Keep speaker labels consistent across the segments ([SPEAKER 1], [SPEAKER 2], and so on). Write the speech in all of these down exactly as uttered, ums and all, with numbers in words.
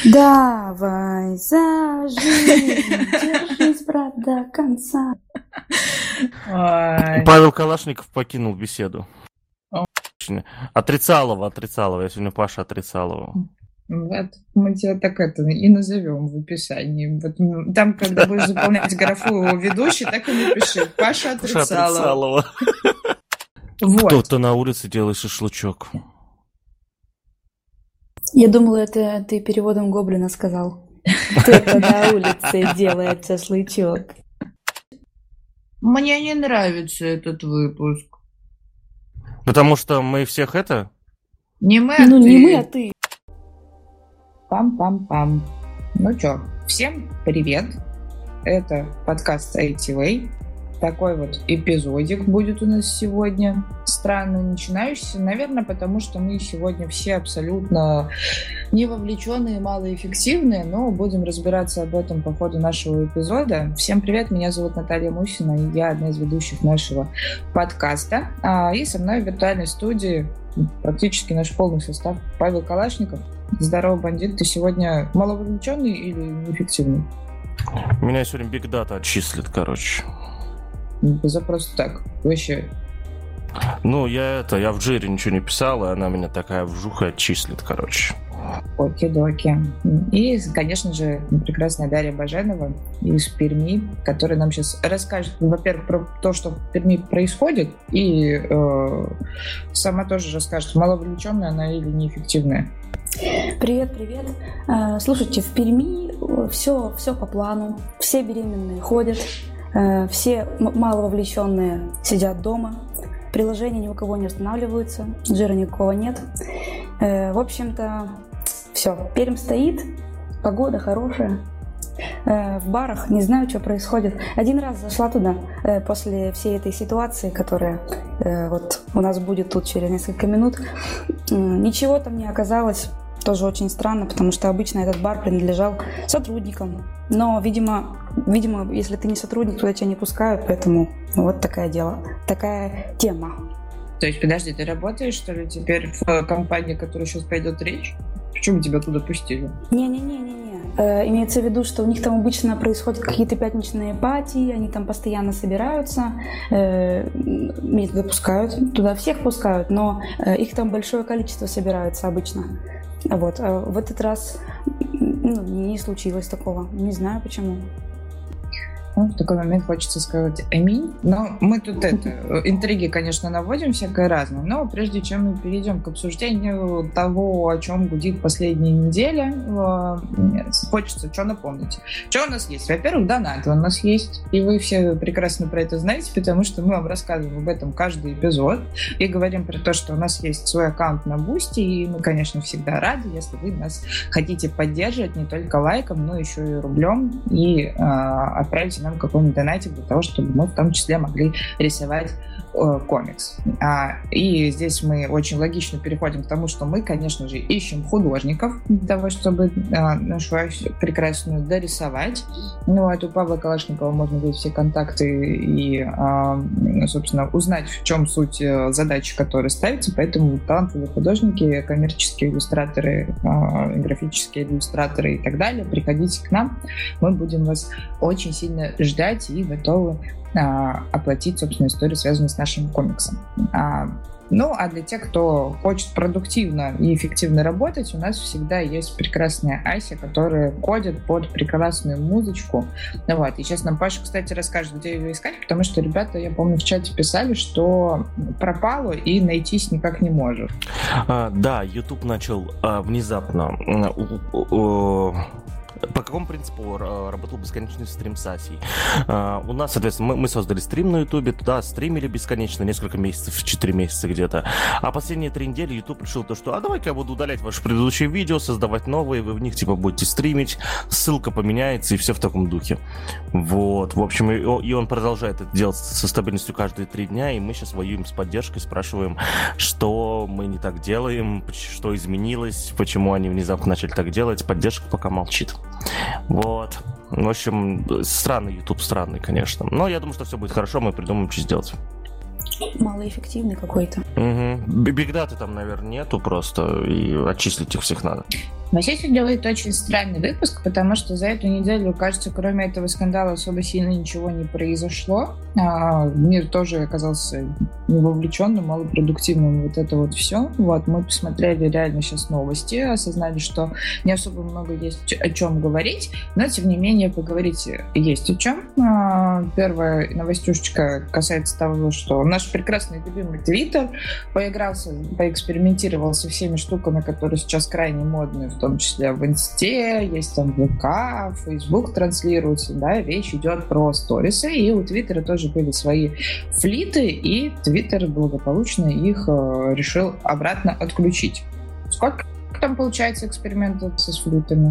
[SPEAKER 1] Давай зажим, держись, брат, до конца.
[SPEAKER 2] Ой.
[SPEAKER 3] Павел Калашников покинул беседу.
[SPEAKER 2] О.
[SPEAKER 3] Отрицалова, Отрицалова. Я сегодня Паша Отрицалова.
[SPEAKER 2] Вот, мы тебя так это и назовем в описании. Вот, м, там, когда будешь заполнять графу ведущий, так и напиши. Паша
[SPEAKER 3] Паша
[SPEAKER 2] Отрицалова.
[SPEAKER 3] Отрицалова.
[SPEAKER 2] Вот.
[SPEAKER 3] Кто-то на улице делает шашлычок.
[SPEAKER 1] Я думала, это ты переводом Гоблина сказал. Кто-то на улице делает шашлычок.
[SPEAKER 2] Мне не нравится этот выпуск.
[SPEAKER 3] Потому что мы всех это...
[SPEAKER 2] Не мы, а
[SPEAKER 1] Ну,
[SPEAKER 2] ты.
[SPEAKER 1] не мы, а ты.
[SPEAKER 2] Пам-пам-пам. Ну чё, всем привет. Это подкаст ай ти вей. Такой вот эпизодик будет у нас сегодня. Странно начинающийся, наверное, потому что мы сегодня все абсолютно не вовлеченные, малоэффективные, но будем разбираться об этом по ходу нашего эпизода. Всем привет, меня зовут Наталья Мусина, и я одна из ведущих нашего подкаста. А, и со мной в виртуальной студии практически наш полный состав Павел Калашников. Здорово, бандит, ты сегодня малововлеченный или неэффективный?
[SPEAKER 3] Меня сегодня Big Data отчислит, короче.
[SPEAKER 2] За просто так, вообще.
[SPEAKER 3] Ну, я это, я в Джире ничего не писал, и она меня такая вжуха отчислит, короче.
[SPEAKER 2] Оки-доки. И, конечно же, прекрасная Дарья Баженова из Перми, которая нам сейчас расскажет, во-первых, про то, что в Перми происходит, и э, сама тоже расскажет, малововлеченная она или неэффективная.
[SPEAKER 1] Привет, привет. Э, Слушайте, в Перми все, все по плану. Все беременные ходят, э, все м- малововлеченные сидят дома. Приложения ни у кого не устанавливаются, жира никакого нет. Э, В общем-то, все. Пермь стоит, погода хорошая. Э, В барах не знаю, что происходит. Один раз зашла туда э, после всей этой ситуации, которая э, вот у нас будет тут через несколько минут. Э, Ничего там не оказалось. Тоже очень странно, потому что обычно этот бар принадлежал сотрудникам. Но, видимо, видимо, если ты не сотрудник, туда тебя не пускают, поэтому вот такое дело, такая тема.
[SPEAKER 2] То есть, подожди, ты работаешь, что ли, теперь в компании, о которой сейчас пойдет речь? Почему тебя туда пустили?
[SPEAKER 1] Не-не-не-не-не. Э, имеется в виду, что у них там обычно происходят какие-то пятничные пати, они там постоянно собираются, э, меня туда пускают, туда всех пускают, но э, их там большое количество собираются обычно. Вот. А в этот раз ну, не случилось такого. Не знаю почему.
[SPEAKER 2] Ну, в такой момент хочется сказать аминь. Но мы тут это, интриги, конечно, наводим всякое разное. Но прежде чем мы перейдем к обсуждению того, о чем гудит последняя неделя, э, хочется что напомнить. Что у нас есть? Во-первых, донаты у нас есть. И вы все прекрасно про это знаете, потому что мы вам рассказываем об этом каждый эпизод. И говорим про то, что у нас есть свой аккаунт на Бусти. И мы, конечно, всегда рады, если вы нас хотите поддерживать не только лайком, но еще и рублем. И э, отправить нам какой-нибудь донатик для того, чтобы мы в том числе могли рисовать э, комикс. А, и здесь мы очень логично переходим к тому, что мы, конечно же, ищем художников для того, чтобы э, нашу Асю прекрасную дорисовать. Ну, а у Павла Калашникова можно будет все контакты и, э, собственно, узнать, в чем суть задачи, которая ставится. Поэтому талантливые художники, коммерческие иллюстраторы, э, графические иллюстраторы и так далее, приходите к нам. Мы будем вас очень сильно ждать и готовы а, оплатить, собственно, историю, связанную с нашим комиксом. А, ну, а для тех, кто хочет продуктивно и эффективно работать, у нас всегда есть прекрасная Ася, которая кодит под прекрасную музычку. Ну, вот. И сейчас нам Паша, кстати, расскажет, где ее искать, потому что ребята, я помню, в чате писали, что пропало и найтись никак не может.
[SPEAKER 3] А, да, YouTube начал а, внезапно... А, у, у, По какому принципу работал бесконечный стрим с Асей? Uh, у нас, соответственно, мы, мы создали стрим на Ютубе, туда стримили бесконечно, несколько месяцев, четыре месяца где-то. А последние три недели YouTube решил то, что а давай-ка я буду удалять ваши предыдущие видео, создавать новые, вы в них типа будете стримить, ссылка поменяется и все в таком духе. Вот, в общем, и, и он продолжает это делать со стабильностью каждые три дня, и мы сейчас воюем с поддержкой, спрашиваем, что мы не так делаем, что изменилось, почему они внезапно начали так делать. Поддержка пока молчит. Вот. В общем, странный YouTube, странный, конечно. Но я думаю, что все будет хорошо, мы придумаем, что сделать.
[SPEAKER 1] малоэффективный какой-то.
[SPEAKER 3] Угу. Бигдаты там, наверное, нету просто, и отчислить их всех надо.
[SPEAKER 2] Василий делает очень странный выпуск, потому что за эту неделю, кажется, кроме этого скандала особо сильно ничего не произошло. А, мир тоже оказался невовлеченным, малопродуктивным, вот это вот все. Вот, мы посмотрели реально сейчас новости, осознали, что не особо много есть о чем говорить, но, тем не менее, поговорить есть о чем. А, первая новостюшечка касается того, что наш прекрасный любимый Твиттер поигрался, поэкспериментировал со всеми штуками, которые сейчас крайне модные, в том числе в Инсте, есть там ВК, Фейсбук транслируется, да, речь идет про сторисы, и у Твиттера тоже были свои флиты, и Твиттер благополучно их э, решил обратно отключить. Сколько там получается экспериментов с флитами?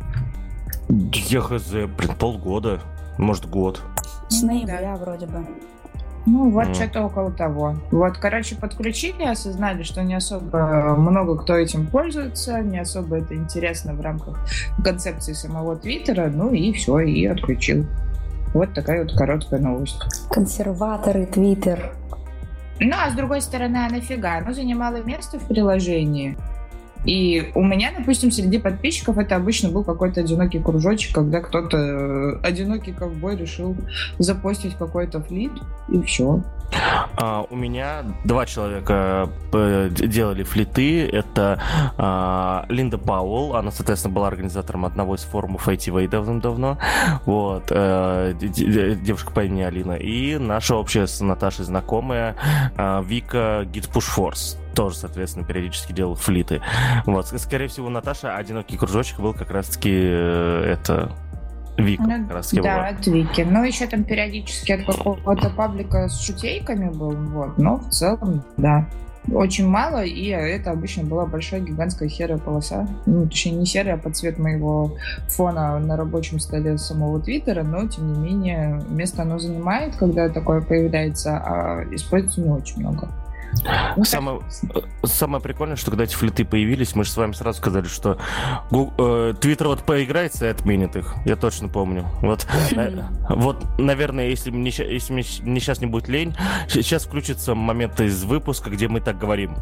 [SPEAKER 3] Я хз, блин, полгода, может год.
[SPEAKER 1] С ноября вроде бы.
[SPEAKER 2] Ну, вот
[SPEAKER 3] Mm.
[SPEAKER 2] что-то около того. Вот, короче, подключили, осознали, что не особо много кто этим пользуется, не особо это интересно в рамках концепции самого Твиттера, ну и все, и отключил. Вот такая вот короткая новость.
[SPEAKER 1] Консерваторы Твиттер.
[SPEAKER 2] Ну, а с другой стороны, а нафига? Оно занимало место в приложении. И у меня, допустим, среди подписчиков это обычно был какой-то одинокий кружочек, когда кто-то, э, одинокий ковбой, решил запостить какой-то флит, и все.
[SPEAKER 3] А, у меня два человека э, делали флиты. Это а, Линда Пауэлл. Она, соответственно, была организатором одного из форумов ай ти ви давным-давно. Вот. Э, девушка по имени Алина. И наша общая с Наташей знакомая э, Вика Git Push Force. Тоже, соответственно, периодически делал флиты. Вот. Скорее всего, Наташа одинокий кружочек был как раз-таки э, это... Вика,
[SPEAKER 2] ну,
[SPEAKER 3] как раз таки
[SPEAKER 2] да,
[SPEAKER 3] была.
[SPEAKER 2] от Вики. Ну, еще там периодически от какого-то паблика с шутейками был, вот. Но в целом, да, очень мало, и это обычно была большая гигантская серая полоса. Ну, точнее, не серая, а под цвет моего фона на рабочем столе самого Твиттера, но, тем не менее, место оно занимает, когда такое появляется, а используется не очень много. Ну,
[SPEAKER 3] самое, самое прикольное, что когда эти флиты появились, мы же с вами сразу сказали, что Твиттер э, вот поиграется и отменит их. Я точно помню. Вот, э, вот наверное, если мне, если мне, мне сейчас не будет лень, сейчас включится момент из выпуска, где мы так говорим.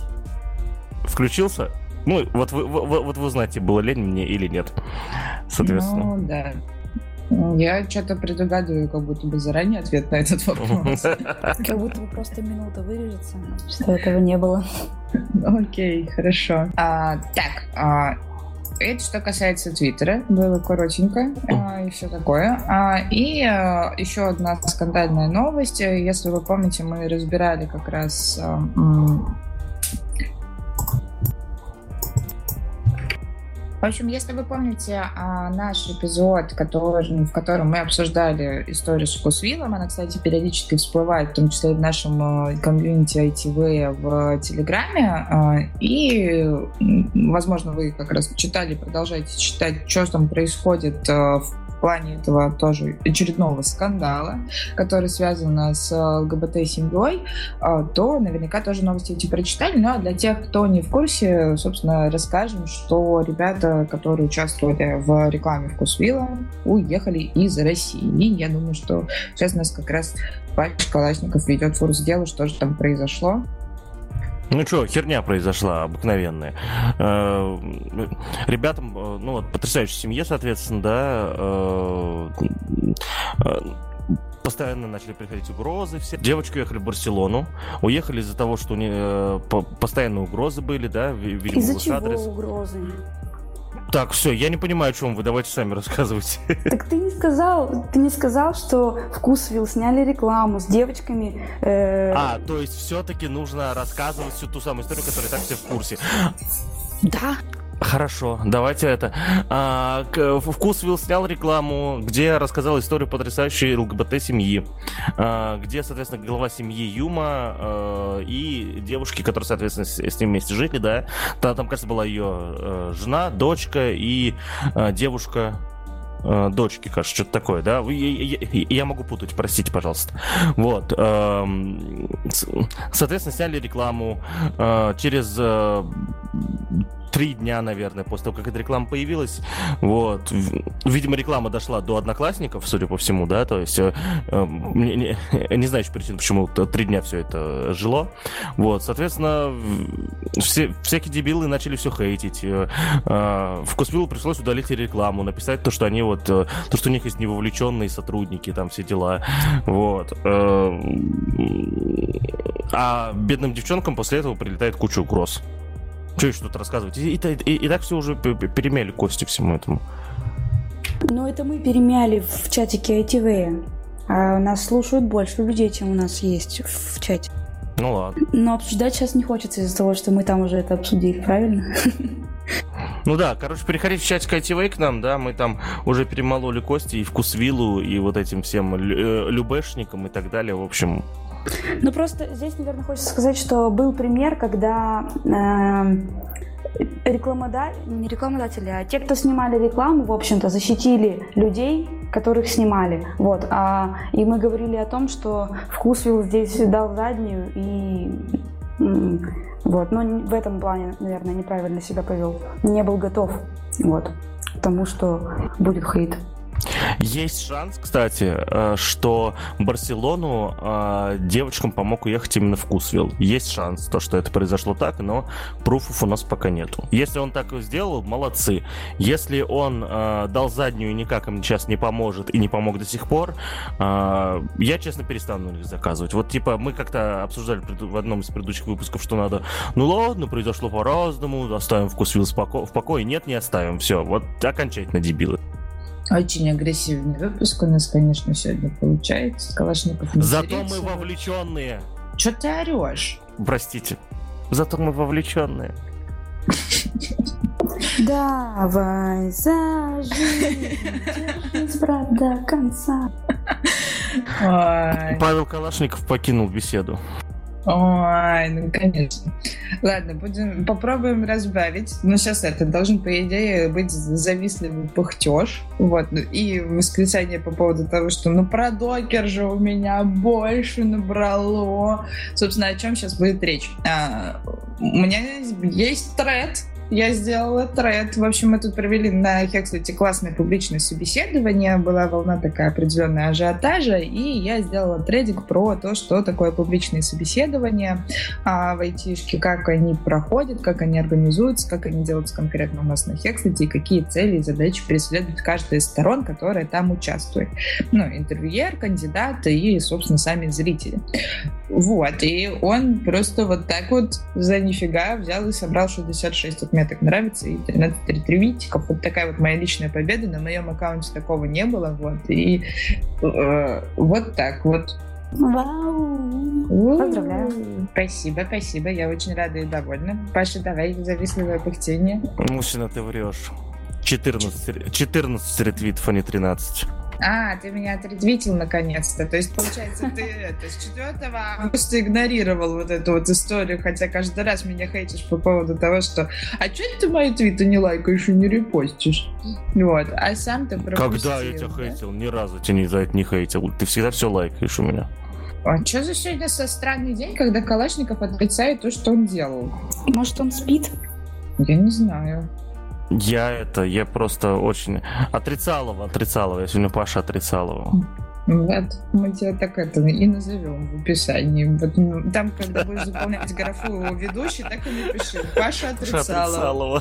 [SPEAKER 3] Включился? Ну, вот вы, вы, вот вы узнаете, было лень мне или нет. Соответственно.
[SPEAKER 2] Ну, да. Я что-то предугадываю, как будто бы заранее ответ на этот вопрос.
[SPEAKER 1] Как будто бы просто минута вырежется, что этого не было.
[SPEAKER 2] Окей, хорошо. А, так, а, это что касается Твиттера. Было коротенько а, и все такое. А, и а, еще одна скандальная новость. Если вы помните, мы разбирали как раз... А, м- В общем, если вы помните а, наш эпизод, который, в котором мы обсуждали историю с Вкусвиллом, она, кстати, периодически всплывает, в том числе и в нашем а, комьюнити ай ти ви в Телеграме, а, и, возможно, вы как раз читали, продолжаете читать, что там происходит а, в в плане этого тоже очередного скандала, который связан с ЛГБТ-семьей, то наверняка тоже новости эти прочитали. Ну а для тех, кто не в курсе, собственно, расскажем, что ребята, которые участвовали в рекламе Вкусвилла, уехали из России. И я думаю, что сейчас нас как раз Павел Калашников ведет в курс дела, что же там произошло.
[SPEAKER 3] Ну что, херня произошла обыкновенная. Ребятам, ну вот, потрясающей семье, соответственно, да, постоянно начали приходить угрозы. Все девочки уехали в Барселону. Уехали из-за того, что у них постоянно угрозы были, да, видимо,
[SPEAKER 1] из-за чего
[SPEAKER 3] адрес.
[SPEAKER 1] угрозы?
[SPEAKER 3] Так, все, я не понимаю, о чем вы, давайте сами рассказывайте.
[SPEAKER 1] Так ты не сказал, ты не сказал, что Вкусвилл сняли рекламу с девочками. Э...
[SPEAKER 3] А, то есть все-таки нужно рассказывать всю ту самую историю, которая так все в курсе.
[SPEAKER 1] Да.
[SPEAKER 3] Хорошо, давайте это. А, Вкусвилл снял рекламу, где рассказал историю потрясающей ЛГБТ-семьи, а, где, соответственно, глава семьи Юма а, и девушки, которые, соответственно, с, с ним вместе жили, да. Там, там, кажется, была ее а, жена, дочка и а, девушка... дочки, кажется, что-то такое, да? Я, я, я могу путать, простите, пожалуйста. Вот. Соответственно, сняли рекламу через три дня, наверное, после того, как эта реклама появилась. Вот. Видимо, реклама дошла до одноклассников, судя по всему, да, то есть э, э, не, не, не знаю причин, почему три дня все это жило. Вот, соответственно, все, всякие дебилы начали все хейтить. Э, э, Вкусвиллу пришлось удалить рекламу, написать то, что они вот, э, то, что у них есть невовлеченные сотрудники, там все дела. Вот. Э, а бедным девчонкам после этого прилетает куча угроз. Что еще тут рассказывать? И, и, и, и так все уже перемяли кости всему этому.
[SPEAKER 1] Ну, это мы перемяли в чатике ай ти ви. А нас слушают больше людей, чем у нас есть в чате.
[SPEAKER 3] Ну ладно.
[SPEAKER 1] Но обсуждать сейчас не хочется из-за того, что мы там уже это обсудили, правильно?
[SPEAKER 3] Ну да, короче, переходите в чатик ай ти ви к нам, да, мы там уже перемололи кости и Вкусвиллу, и вот этим всем любэшникам и так далее, в общем...
[SPEAKER 1] Ну просто здесь, наверное, хочется сказать, что был пример, когда э, рекламодатели, не рекламодатели, а те, кто снимали рекламу, в общем-то, защитили людей, которых снимали. Вот. А, и мы говорили о том, что Вкусвилл здесь дал заднюю и... Вот. Но в этом плане, наверное, неправильно себя повел. Не был готов вот, к тому, что будет хейт.
[SPEAKER 3] Есть шанс, кстати, что Барселону девочкам помог уехать именно Вкусвилл. Есть шанс, то, что это произошло так, но пруфов у нас пока нету. Если он так и сделал, молодцы. Если он э, дал заднюю и никак им сейчас не поможет и не помог до сих пор, э, я, честно, перестану их заказывать. Вот, типа, мы как-то обсуждали в одном из предыдущих выпусков, что надо, ну ладно, произошло по-разному, оставим Вкусвилл в покое. Нет, не оставим. Все, вот окончательно дебилы.
[SPEAKER 2] Очень агрессивный выпуск у нас, конечно, сегодня получается. Калашников не
[SPEAKER 3] Зато
[SPEAKER 2] теряется.
[SPEAKER 3] мы вовлеченные.
[SPEAKER 2] Чё ты орешь?
[SPEAKER 3] Простите. Зато мы вовлеченные.
[SPEAKER 1] Давай за жизнь, держись, брат, до конца.
[SPEAKER 2] Ой.
[SPEAKER 3] Павел Калашников покинул беседу.
[SPEAKER 2] Ой, ну конечно. Ладно, будем попробуем разбавить. Но сейчас это должен, по идее, быть завистливый пыхтеж. Вот. И восклицание по поводу того, что ну про докер же у меня больше набрало. Собственно, о чем сейчас будет речь? А, у меня есть тред. Я сделала тред. В общем, мы тут провели на Хекслете классное публичное собеседование. Была волна такая определенная ажиотажа. И я сделала тредик про то, что такое публичные собеседования а в айтишке, как они проходят, как они организуются, как они делаются конкретно у нас на Хекслете и какие цели и задачи преследует каждая из сторон, которая там участвует. Ну, интервьюер, кандидаты и, собственно, сами зрители. Вот. И он просто вот так вот за нифига взял и собрал шестьдесят шесть отметок нравится и тринадцать ретвитиков. Вот такая вот моя личная победа. На моем аккаунте такого не было. Вот. И э, вот так вот.
[SPEAKER 1] Вау! Поздравляю.
[SPEAKER 2] Спасибо, спасибо. Я очень рада и довольна. Паша, давай завистливое пыхтение.
[SPEAKER 3] Мужчина, ты врешь. четырнадцать, четырнадцать ретвитов, а не тринадцать.
[SPEAKER 2] А, ты меня отретвитил наконец-то. То есть, получается, ты это, с четвёртого августа игнорировал вот эту вот историю, хотя каждый раз меня хейтишь по поводу того, что «А чё ты мои твиты не лайкаешь и не репостишь?» Вот. А сам ты пропустил.
[SPEAKER 3] Когда я тебя
[SPEAKER 2] да?
[SPEAKER 3] хейтил? Ни разу тебя не, за это не хейтил. Ты всегда все лайкаешь у меня.
[SPEAKER 2] А что за сегодня со странный день, когда Калашников отрицает то, что он делал?
[SPEAKER 1] Может, он спит?
[SPEAKER 2] Я не знаю.
[SPEAKER 3] Я это, я просто очень... Отрицалова, Отрицалова. Я сегодня Паша Отрицалова.
[SPEAKER 2] Вот, мы тебя так это и назовем в описании. Вот, ну, там, когда будешь заполнять графу ведущий, так и напиши. Паша Отрицалова.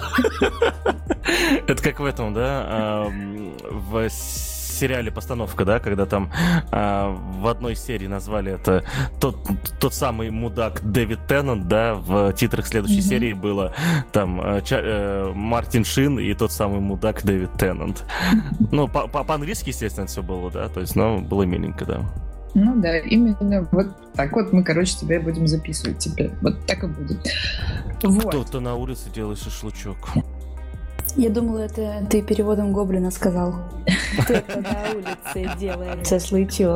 [SPEAKER 3] Это как в этом, да? В сериале «Постановка», да, когда там э, в одной серии назвали это тот, тот самый мудак Дэвид Теннант, да, в титрах следующей mm-hmm. серии было там э, Ча- э, Мартин Шин и тот самый мудак Дэвид Теннант. Mm-hmm. Ну, по- по- по-английски, естественно, все было, да, то есть, ну, было миленько, да.
[SPEAKER 2] Ну да, именно вот так вот мы, короче, тебя будем записывать теперь. Вот так и будет. Вот.
[SPEAKER 3] Кто-то на улице делает шашлычок.
[SPEAKER 1] Я думала, это ты переводом Гоблина сказал. Кто-то на улице делает шашлычок.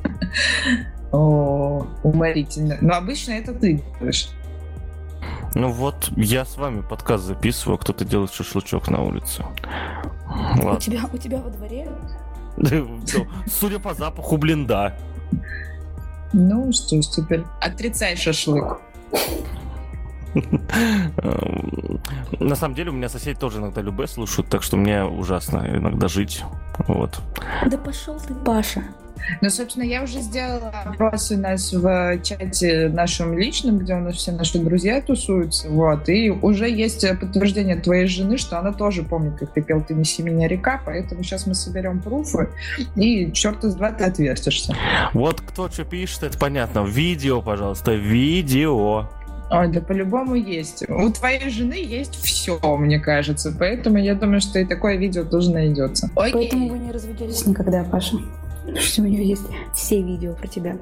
[SPEAKER 2] О, уморительно. Но обычно это ты делаешь.
[SPEAKER 3] Ну вот, я с вами подкаст записываю, кто-то делает шашлычок на улице.
[SPEAKER 1] У тебя, у тебя во дворе?
[SPEAKER 3] Судя по запаху, блин, да.
[SPEAKER 2] Ну что ж, теперь отрицай шашлык.
[SPEAKER 3] На самом деле у меня соседи тоже иногда любэ слушают, так что мне ужасно иногда жить. Вот.
[SPEAKER 1] Да пошел ты, Паша.
[SPEAKER 2] Ну, собственно, я уже сделала опрос у нас в чате нашем личном, где у нас все наши друзья тусуются, вот, и уже есть подтверждение твоей жены, что она тоже помнит, как ты пел «Ты неси меня, река», поэтому сейчас мы соберем пруфы, и черта с два ты отвертишься.
[SPEAKER 3] Вот кто что пишет, это понятно. Видео, пожалуйста, видео.
[SPEAKER 2] Ой, да по-любому есть. У твоей жены есть все, мне кажется, поэтому я думаю, что и такое видео тоже найдется.
[SPEAKER 1] Окей. Поэтому вы не разведетесь никогда, Паша. Потому что у нее есть все видео про тебя.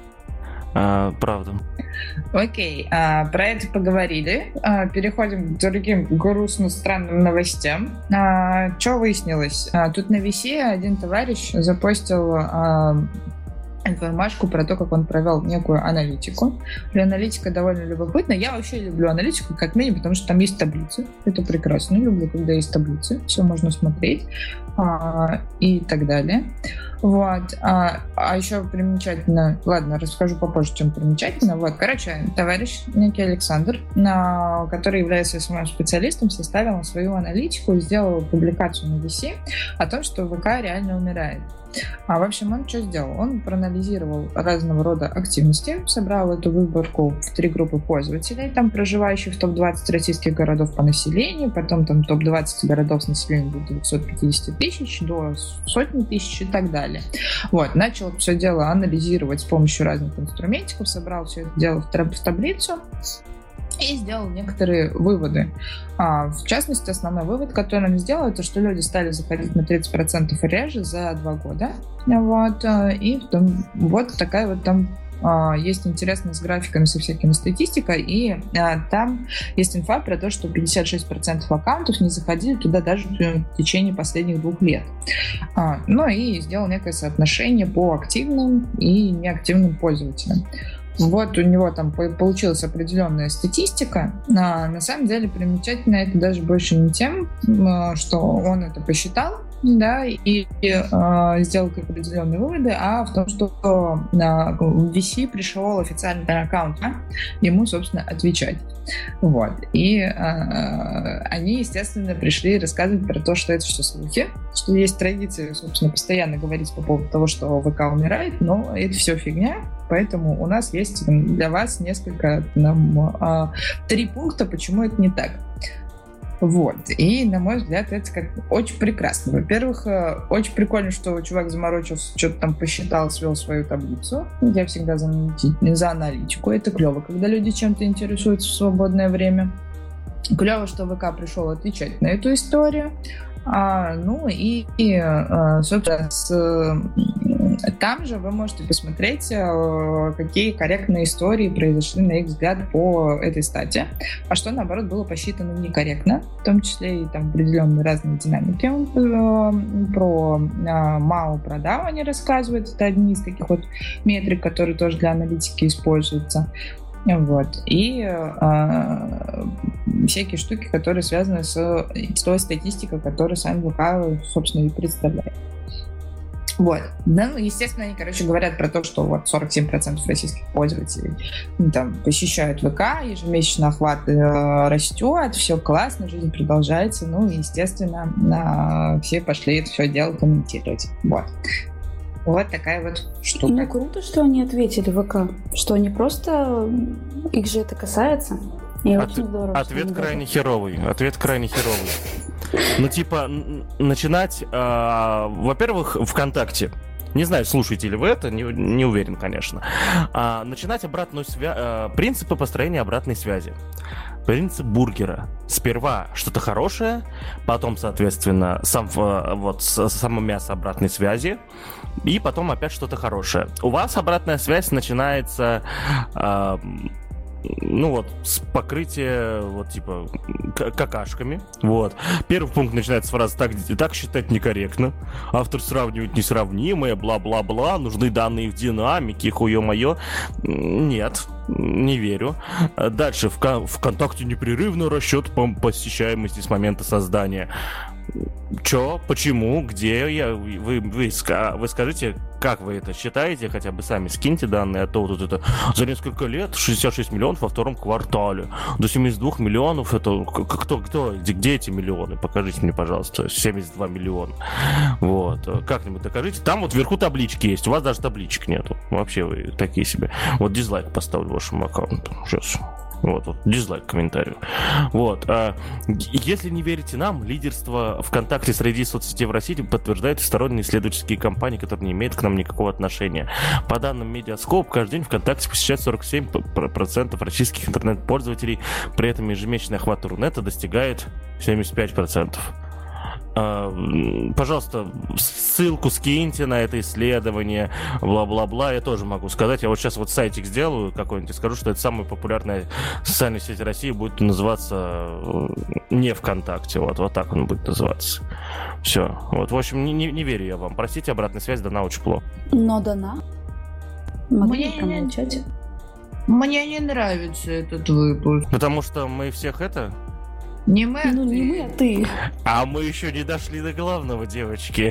[SPEAKER 3] А, правда.
[SPEAKER 2] Окей, а, про это поговорили. А, переходим к другим грустно странным новостям. А, что выяснилось? А, тут на ви си один товарищ запостил а, информашку про то, как он провел некую аналитику. И аналитика довольно любопытна. Я вообще люблю аналитику, как минимум, потому что там есть таблицы. Это прекрасно. Люблю, когда есть таблицы. Все можно смотреть а, и так далее. Вот. А, а еще примечательно... Ладно, расскажу попозже, чем примечательно. Вот, короче, товарищ некий Александр, на, который является своим специалистом, составил свою аналитику и сделал публикацию на ви си о том, что ВК реально умирает. А в общем, он что сделал? Он проанализировал разного рода активности, собрал эту выборку в три группы пользователей, там проживающих в топ двадцать российских городов по населению, потом там топ двадцать городов с населением до двухсот пятидесяти тысяч, до сотни тысяч и так далее. Вот, начал все дело анализировать с помощью разных инструментиков, собрал все это дело в, в таблицу и сделал некоторые выводы. А, в частности, основной вывод, который он сделал, это что люди стали заходить на тридцать процентов реже за два года. Вот, и там, вот такая вот там а, есть интересная с графиками, со всякими статистикой, и а, там есть инфа про то, что пятьдесят шесть процентов аккаунтов не заходили туда даже в течение последних двух лет. А, ну и сделал некое соотношение по активным и неактивным пользователям. Вот у него там получилась определенная статистика. А, на самом деле примечательно это даже больше не тем, что он это посчитал, да, и, и э, сделал определенные выводы, а в том, что э, в ви си пришел официальный аккаунт, да, ему, собственно, отвечать. Вот. И э, они, естественно, пришли рассказывать про то, что это все слухи, что есть традиция, собственно, постоянно говорить по поводу того, что ВК умирает, но это все фигня, поэтому у нас есть для вас несколько, нам, э, три пункта, почему это не так. Вот. И, на мой взгляд, это как очень прекрасно. Во-первых, очень прикольно, что чувак заморочился, что-то там посчитал, свел свою таблицу. Я всегда за, за аналитику. Это клево, когда люди чем-то интересуются в свободное время. Клево, что ВК пришел отвечать на эту историю. А, ну и, и собственно, с, там же вы можете посмотреть, какие корректные истории произошли, на их взгляд, по этой статье, а что, наоборот, было посчитано некорректно, в том числе и там определенные разные динамики. Он про МАУ, про дао они рассказывают, это одни из таких вот метрик, которые тоже для аналитики используются. Вот. И э, всякие штуки, которые связаны с, с той статистикой, которую сам ВК, собственно, и представляет. Вот. Да, ну, естественно, они, короче, говорят про то, что вот сорок семь процентов российских пользователей ну, там, посещают ВК, ежемесячно охват э, растет, все классно, жизнь продолжается. Ну, и, естественно, э, все пошли это все дело комментировать. Вот. Вот такая вот штука.
[SPEAKER 1] Ну, круто, что они ответили ВК, что они просто... Их же это касается. И
[SPEAKER 3] От...
[SPEAKER 1] очень здорово.
[SPEAKER 3] Ответ крайне даже... херовый. Ответ крайне херовый. Ну, типа, начинать... Э, во-первых, ВКонтакте. Не знаю, слушаете ли вы это, не, не уверен, конечно. А, начинать обратную связь... Принципы построения обратной связи. Принцип бургера. Сперва что-то хорошее, потом, соответственно, сам, вот, само мясо обратной связи, и потом опять что-то хорошее. У вас обратная связь начинается... Э, ну вот, с покрытия, вот, типа, какашками, вот. Первый пункт начинается с фразы «так, так считать некорректно», автор сравнивает несравнимое, бла-бла-бла, нужны данные в динамике, хуё-моё. Нет, не верю. Дальше, в ВКонтакте непрерывно расчет по посещаемости с момента создания. Чё? Почему? Где я? Вы, вы, вы скажите, как вы это считаете, хотя бы сами скиньте данные, а то вот это за несколько лет шестьдесят шесть миллионов во втором квартале, до семьдесят два миллионов, это кто, кто, где, где эти миллионы? Покажите мне, пожалуйста, семьдесят два миллиона. Вот, как-нибудь докажите. Там вот вверху таблички есть, у вас даже табличек нету. Вообще вы такие себе. Вот дизлайк поставлю вашему аккаунту. Сейчас. Вот, вот, дизлайк комментарию. Вот. А, если не верите нам, лидерство ВКонтакте среди соцсетей в России подтверждают сторонние исследовательские компании, которые не имеют к нам никакого отношения. По данным Медиаскоп, каждый день ВКонтакте посещает сорок семь процентов российских интернет-пользователей, при этом ежемесячный охват Рунета достигает семьдесят пять процентов. Пожалуйста, ссылку скиньте на это исследование, бла-бла-бла, я тоже могу сказать. Я вот сейчас вот сайтик сделаю какой-нибудь и скажу, что это самая популярная социальная сеть России, будет называться не ВКонтакте, вот, вот так он будет называться. Все, вот, в общем, не, не, не верю я вам. Простите, обратная связь дана очень плохо.
[SPEAKER 1] Но дана. Могу
[SPEAKER 2] Мне
[SPEAKER 1] промолчать?
[SPEAKER 2] Мне не нравится этот выпуск.
[SPEAKER 3] Потому что мы всех это...
[SPEAKER 2] Не мы, а
[SPEAKER 1] Ну,
[SPEAKER 2] ты.
[SPEAKER 1] не мы, а ты.
[SPEAKER 3] А мы еще не дошли до главного, девочки.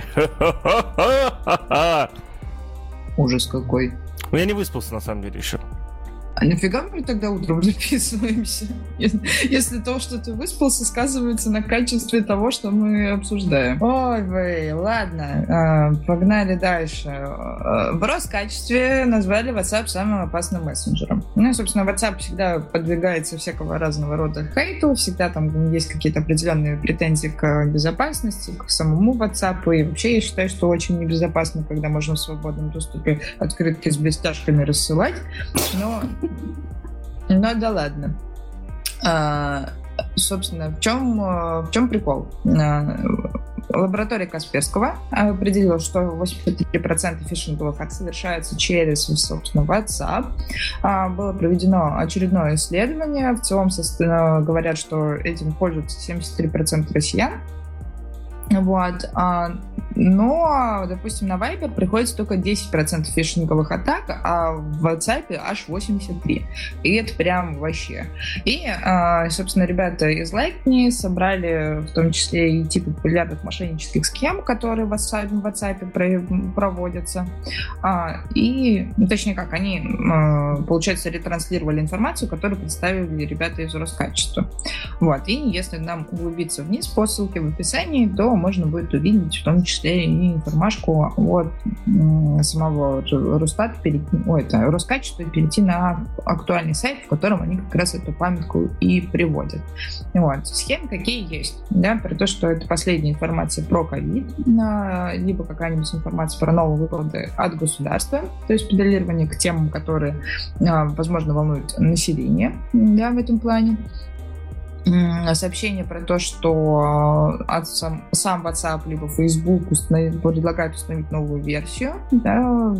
[SPEAKER 2] Ужас какой.
[SPEAKER 3] Ну, я не выспался, на самом деле, еще.
[SPEAKER 2] А нафига мы тогда утром записываемся? Если то, что ты выспался, сказывается на качестве того, что мы обсуждаем. Ой, вы, ладно, погнали дальше. В Роскачестве назвали WhatsApp самым опасным мессенджером. Ну и, собственно, WhatsApp всегда подвигается всякого разного рода хейту, всегда там есть какие-то определенные претензии к безопасности, к самому WhatsApp, и вообще я считаю, что очень небезопасно, когда можно в свободном доступе открытки с блестяшками рассылать, но... Ну да ладно. А, собственно, в чем, в чем прикол? А, лаборатория Касперского определила, что восемьдесят три процента фишинговых атак совершаются через, собственно, WhatsApp. А, было проведено очередное исследование. В целом, говорят, что этим пользуются семьдесят три процента россиян. Вот. Но, допустим, на Viber приходится только десять процентов фишинговых атак, а в WhatsApp аж восемьдесят три процента. И это прям вообще. И, собственно, ребята из LikeMe собрали в том числе и типы популярных мошеннических схем, которые в WhatsApp, в WhatsApp проводятся. И, точнее как, они, получается, ретранслировали информацию, которую представили ребята из Роскачества. Вот. И если нам углубиться вниз по ссылке в описании, то можно будет увидеть в том числе и информашку от самого Росстата, перейти, ой, это Роскачества, перейти на актуальный сайт, в котором они как раз эту памятку и приводят. Вот. Схемы какие есть, да, про то, что это последняя информация про ковид, либо какая-нибудь информация про новые выплаты от государства, то есть педалирование к темам, которые, возможно, волнуют население, да, в этом плане. Сообщение про то, что сам, сам WhatsApp либо Facebook установ... предлагают установить новую версию, да,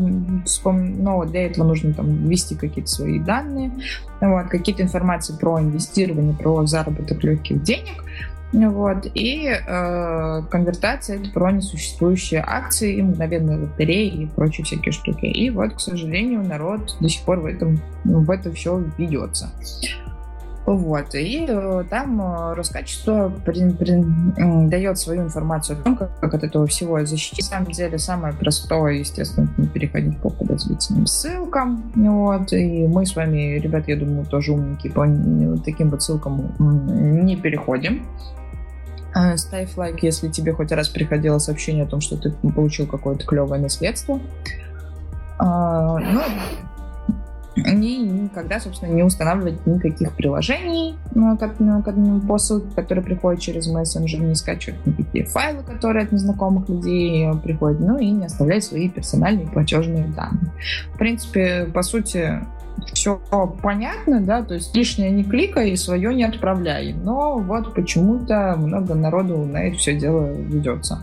[SPEAKER 2] но для этого нужно там ввести какие-то свои данные, вот, какие-то информации про инвестирование, про заработок легких денег. Вот, и э, конвертация — это про несуществующие акции, мгновенные лотереи и прочие всякие штуки. И вот, к сожалению, народ до сих пор в этом, в это все ведется. Вот, и э, там э, Роскачество при, при, э, дает свою информацию о том, как, как от этого всего защитить. На самом деле самое простое, естественно, не переходить по подозрительным ссылкам. Вот, и мы с вами, ребят, я думаю, тоже умненькие, по таким вот ссылкам не переходим. Ставь лайк, если тебе хоть раз приходило сообщение о том, что ты получил какое-то клевое наследство. А, ну, и никогда, собственно, не устанавливать никаких приложений ну, к, к, по ссылке, которые приходят через мессенджер, не скачивать никакие файлы, которые от незнакомых людей приходят, ну и не оставлять свои персональные платежные данные. В принципе, по сути, все понятно, да, то есть лишнее не кликай и свое не отправляй. Но вот почему-то много народу на это все дело ведется.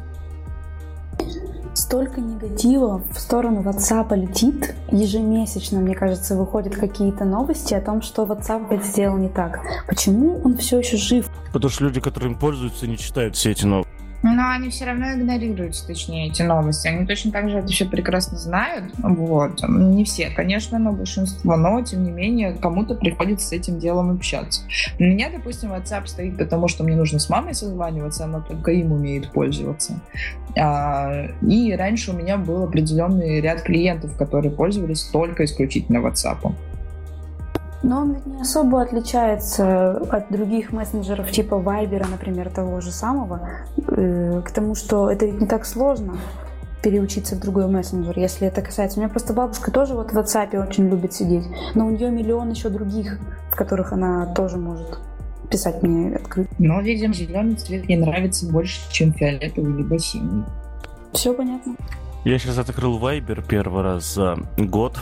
[SPEAKER 1] Столько негатива в сторону WhatsApp летит. Ежемесячно, мне кажется, выходят какие-то новости о том, что WhatsApp это сделал не так. Почему он все еще жив?
[SPEAKER 3] Потому что люди, которые им пользуются, не читают все эти новости.
[SPEAKER 2] Но они все равно игнорируют, точнее, эти новости. Они точно так же это все прекрасно знают. Вот. Не все, конечно, но большинство. Но, тем не менее, кому-то приходится с этим делом общаться. У меня, допустим, WhatsApp стоит потому, что мне нужно с мамой созваниваться, она только им умеет пользоваться. И раньше у меня был определенный ряд клиентов, которые пользовались только исключительно WhatsApp.
[SPEAKER 1] Но он ведь не особо отличается от других мессенджеров типа Viber, например, того же самого, к тому, что это ведь не так сложно переучиться в другой мессенджер, если это касается. У меня просто бабушка тоже вот в WhatsApp очень любит сидеть, но у нее миллион еще других, в которых она тоже может писать мне открыто.
[SPEAKER 2] Но, видимо, зеленый цвет ей нравится больше, чем фиолетовый либо синий.
[SPEAKER 1] Все понятно.
[SPEAKER 3] Я сейчас открыл Viber первый раз за год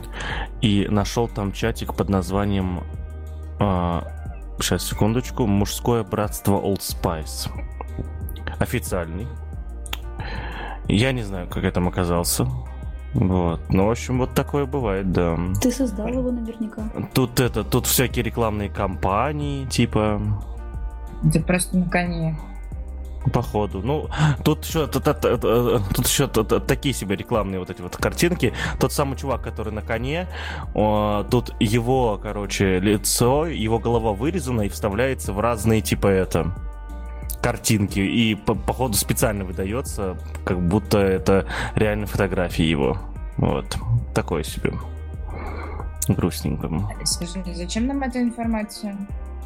[SPEAKER 3] и нашел там чатик под названием э, сейчас, секундочку, «Мужское братство Old Spice». Официальный. Я не знаю, как я там оказался. Вот. Ну, в общем, вот такое бывает, да.
[SPEAKER 1] Ты создал его наверняка.
[SPEAKER 3] Тут это, тут всякие рекламные кампании, типа...
[SPEAKER 2] Ты просто на коне.
[SPEAKER 3] Походу. Ну, тут еще, тут, тут еще такие себе рекламные вот эти вот картинки. Тот самый чувак, который на коне, тут его, короче, лицо, его голова вырезана и вставляется в разные, типа, это... картинки, и по, походу специально выдается, как будто это реально фотографии его. Вот. Такое себе. Грустненько.
[SPEAKER 2] Скажи, зачем нам эта информация?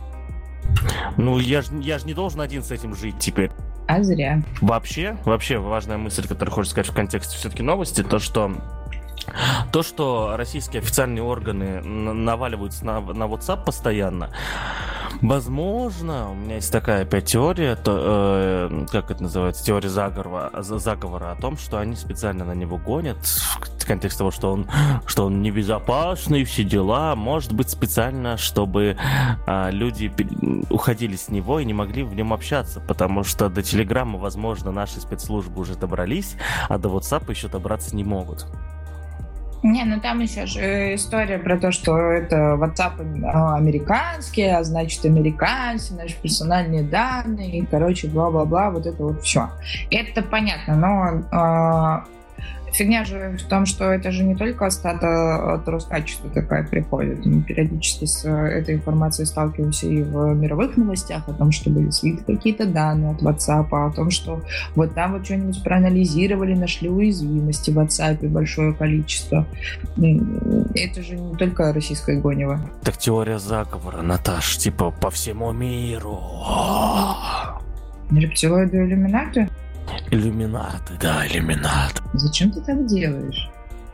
[SPEAKER 3] Ну, я же я ж не должен один с этим жить теперь.
[SPEAKER 2] А зря.
[SPEAKER 3] Вообще, вообще важная мысль, которую хочется сказать в контексте все-таки новости, то, что То, что российские официальные органы наваливаются на, на WhatsApp постоянно, возможно, у меня есть такая опять теория, то, э, как это называется, теория заговора, заговора о том, что они специально на него гонят, в контексте того, что он, что он небезопасный, все дела, может быть специально, чтобы э, люди уходили с него и не могли в нем общаться, потому что до Телеграма, возможно, наши спецслужбы уже добрались, а до WhatsApp еще добраться не могут.
[SPEAKER 2] Не, ну там еще же история про то, что это WhatsApp американский, а значит американцы, наши персональные данные, и, короче, бла-бла-бла, вот это вот все. Это понятно, но э, фигня же в том, что это же не только стата от Роскачества такая приходит. Мы периодически с этой информацией сталкиваемся и в мировых новостях о том, что были слиты какие-то данные от WhatsApp, о том, что вот там вот что-нибудь проанализировали, нашли уязвимости в WhatsApp большое количество. Это же не только российское гонево.
[SPEAKER 3] Так теория заговора, Наташ, типа по всему миру.
[SPEAKER 2] Рептилоиды и иллюминаты?
[SPEAKER 3] Иллюминаты, да, иллюминаты.
[SPEAKER 2] Зачем ты так делаешь?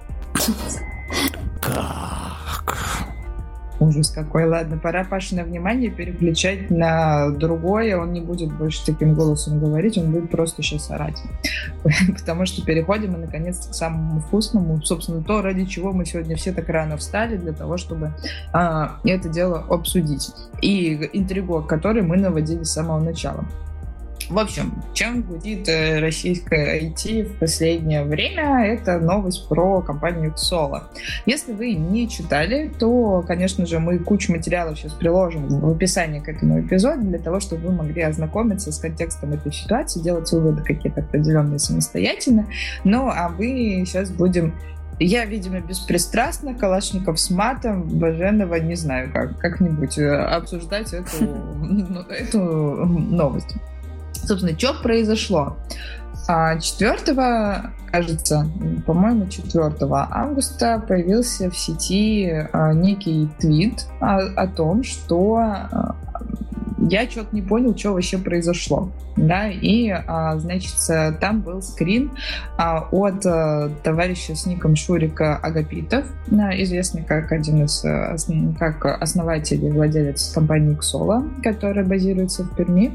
[SPEAKER 3] Как?
[SPEAKER 2] Ужас какой. Ладно, пора Пашино внимание переключать на другое. Он не будет больше таким голосом говорить, он будет просто сейчас орать. Потому что переходим мы наконец-то к самому вкусному. Собственно, то, ради чего мы сегодня все так рано встали, для того, чтобы а, это дело обсудить. И интригу, которой мы наводили с самого начала. В общем, чем гудит российское ай ти в последнее время, это новость про компанию Xolo. Если вы не читали, то, конечно же, мы кучу материалов сейчас приложим в описании к этому эпизоду, для того, чтобы вы могли ознакомиться с контекстом этой ситуации, делать выводы какие-то определенные самостоятельно. Ну, а мы сейчас будем... Я, видимо, беспристрастно, Калашников с матом, Баженова, не знаю как, как-нибудь обсуждать эту, эту новость. Собственно, что произошло? четвёртого, кажется, по-моему, четвёртого августа появился в сети некий твит о, о том, что я что-то не понял, что вообще произошло. Да? И, значит, там был скрин от товарища с ником Шурика Агапитов, известный как один из как основатель и владелец компании Xolo, которая базируется в Перми.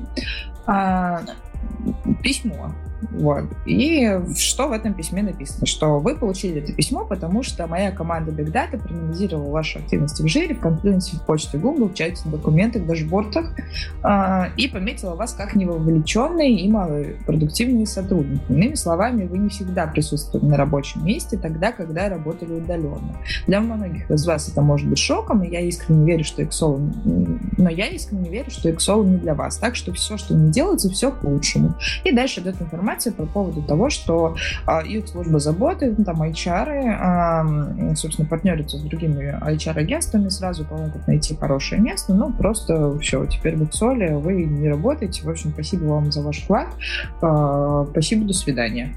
[SPEAKER 2] Письмо. Вот. И что в этом письме написано? Что вы получили это письмо, потому что моя команда Big Data проанализировала ваши активности в жире, в конфликте, в почте Google, в чате, документах, дашбордах э, и пометила вас как невовлеченные и малопродуктивные сотрудники. Иными словами, вы не всегда присутствовали на рабочем месте тогда, когда работали удаленно. Для многих из вас это может быть шоком, и я искренне верю, что Xolo, но я искренне верю, что Xolo не для вас. Так что все, что не делается, все к лучшему. И дальше идет информация информация по поводу того, что а, их служба заботы, ну, там эйч ар, а, собственно, партнерятся с другими эйч ар-агентствами, сразу помогут найти хорошее место, ну, просто все, теперь в Иксоле вы не работаете, в общем, спасибо вам за ваш вклад, а, спасибо, до свидания.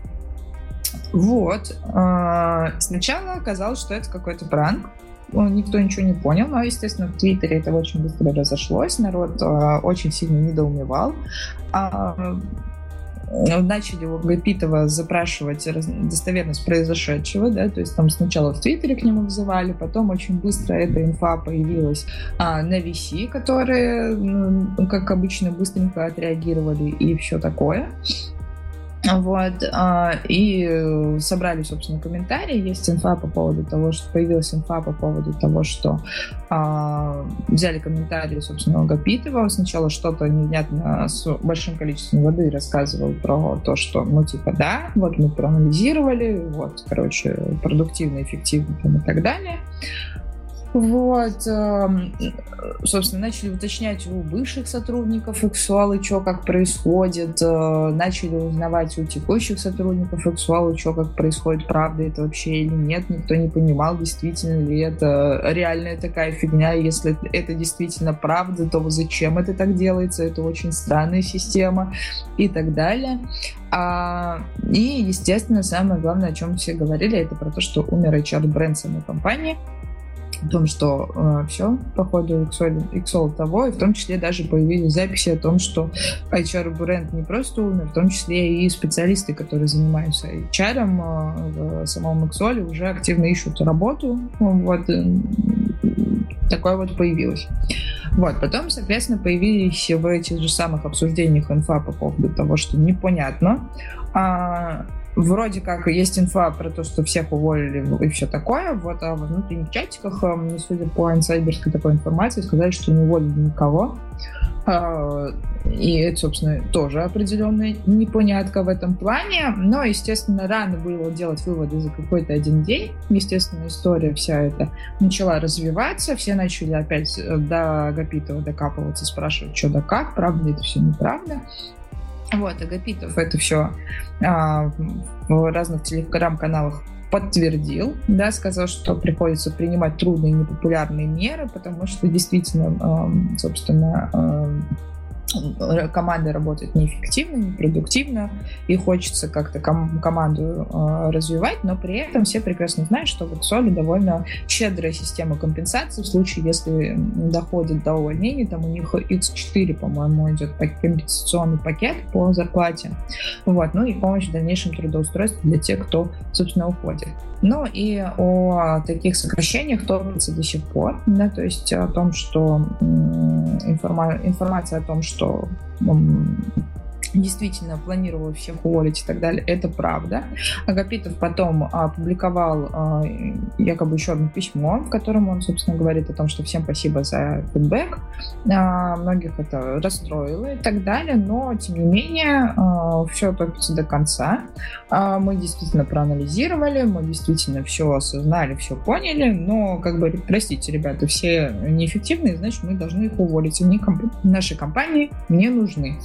[SPEAKER 2] Вот. А, сначала казалось, что это какой-то пранк, никто ничего не понял, но, естественно, в Твиттере это очень быстро разошлось, народ а, очень сильно недоумевал. А, начали у Агапитова запрашивать достоверность произошедшего, да, то есть там сначала в Твиттере к нему вызывали, потом очень быстро эта инфа появилась а, на ви си, которые, ну, как обычно, быстренько отреагировали и все такое. Вот, и собрали, собственно, комментарии. Есть инфа по поводу того, что появилась инфа по поводу того, что а, взяли комментарии, собственно, Агапитова. Сначала что-то невнятно с большим количеством воды рассказывал про то, что, ну, типа, да, вот мы проанализировали, вот, короче, продуктивно, эффективно там, и так далее. Вот, собственно, начали уточнять у бывших сотрудников Иксолы, что как происходит, начали узнавать у текущих сотрудников Иксолы, что как происходит, правда это вообще или нет, никто не понимал, действительно ли это реальная такая фигня, если это действительно правда, то зачем это так делается, это очень странная система и так далее. А, и, естественно, самое главное, о чем все говорили, это про то, что умер эйч ар-бренд самой компании, о том, что э, все, походу, Иксол того, и в том числе даже появились записи о том, что эйч ар-бренд не просто умер, в том числе и специалисты, которые занимаются эйч ар э, в самом Иксоле, уже активно ищут работу. Вот, э, такое вот появилось. Вот, потом, соответственно, появились в этих же самых обсуждениях инфа по поводу того, что непонятно. А, Вроде как есть инфа про то, что всех уволили и все такое, вот, а во внутренних чатиках, судя по инсайдерской такой информации, сказали, что не уволили никого. И это, собственно, тоже определенная непонятка в этом плане. Но, естественно, рано было делать выводы за какой-то один день. Естественно, история вся эта начала развиваться. Все начали опять до Агапитова докапываться, спрашивать, что да как, правда это все, неправда. Вот, Агапитов это все а, в разных телеграм-каналах подтвердил, да, сказал, что приходится принимать трудные и непопулярные меры, потому что действительно, а, собственно, а, команда работает неэффективно, непродуктивно, и хочется как-то ком- команду э, развивать, но при этом все прекрасно знают, что в Иксоле довольно щедрая система компенсации в случае, если доходит до увольнения, там у них икс четыре, по-моему, идет компенсационный пакет по зарплате, вот, ну и помощь в дальнейшем трудоустройстве для тех, кто, собственно, уходит. Ну и о таких сокращениях топится до сих пор, да, то есть о том, что м- информа- информация о том, что м- действительно планировал всех уволить и так далее, это правда. Агапитов потом опубликовал а, якобы еще одно письмо, в котором он, собственно, говорит о том, что всем спасибо за фидбэк, а, многих это расстроило и так далее, но, тем не менее, а, все топится до конца. А, мы действительно проанализировали, мы действительно все осознали, все поняли, но, как бы, простите, ребята, все неэффективные, значит, мы должны их уволить. Они комп- нашей компании не нужны.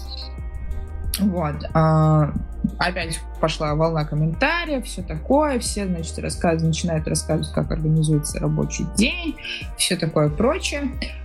[SPEAKER 2] Вот. А, опять пошла волна комментариев, все такое, все, значит, рассказ, начинают рассказывать, как организуется рабочий день, все такое прочее.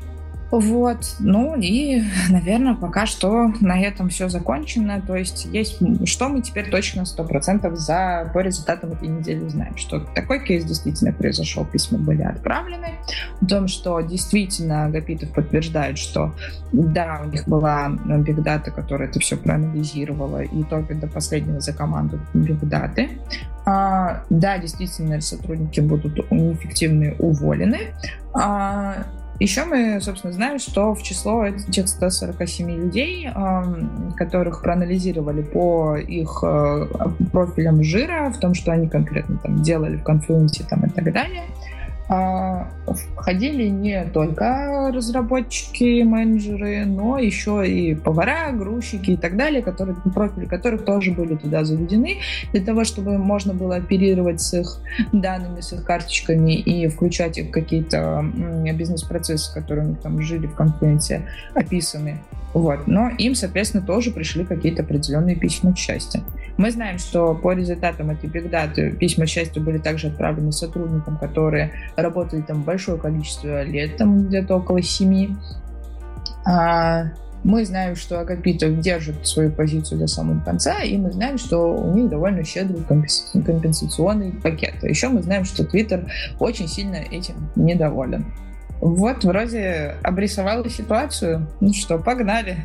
[SPEAKER 2] Вот, ну и, наверное, пока что на этом все закончено, то есть есть, что мы теперь точно сто процентов за, по результатам этой недели знаем, что такой кейс действительно произошел, письма были отправлены, о том, что действительно Агапитов подтверждает, что да, у них была бигдата, которая это все проанализировала и топит до последнего за команду бигдаты. А, да, действительно, сотрудники будут неэффективные уволены. А, Еще мы, собственно, знаем, что в число этих ста сорока семи людей, которых проанализировали по их профилям жира, в том, что они конкретно там делали в Confluence там, и так далее, входили не только разработчики, менеджеры, но еще и повара, грузчики и так далее, которые, профили которых тоже были туда заведены, для того, чтобы можно было оперировать с их данными, с их карточками и включать их в какие-то бизнес-процессы, которые у них там жили в Confluence, описаны. Вот. Но им, соответственно, тоже пришли какие-то определенные письма к счастью. Мы знаем, что по результатам этой Big Data письма счастья были также отправлены сотрудникам, которые работали там большое количество лет, там где-то около семи. Мы знаем, что Агапитов держит свою позицию до самого конца, и мы знаем, что у них довольно щедрый компенсационный пакет. А еще мы знаем, что Twitter очень сильно этим недоволен. Вот, вроде обрисовала ситуацию. Ну что, погнали.